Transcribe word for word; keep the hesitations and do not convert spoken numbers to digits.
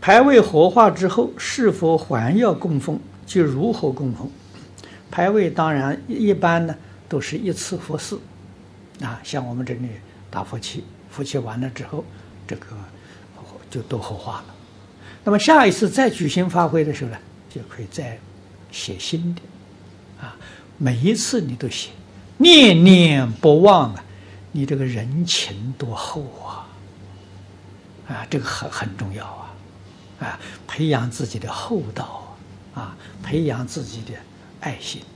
牌位火化之后，是否还要供奉？就如何供奉？牌位当然一般呢都是一次佛事，啊，像我们这里打佛七，佛七完了之后，这个就都火化了。那么下一次再举行法会的时候呢，就可以再写新的，啊，每一次你都写，念念不忘啊，你这个人情多厚啊，啊，这个很很重要啊，啊，培养自己的厚道啊，培养自己的爱心。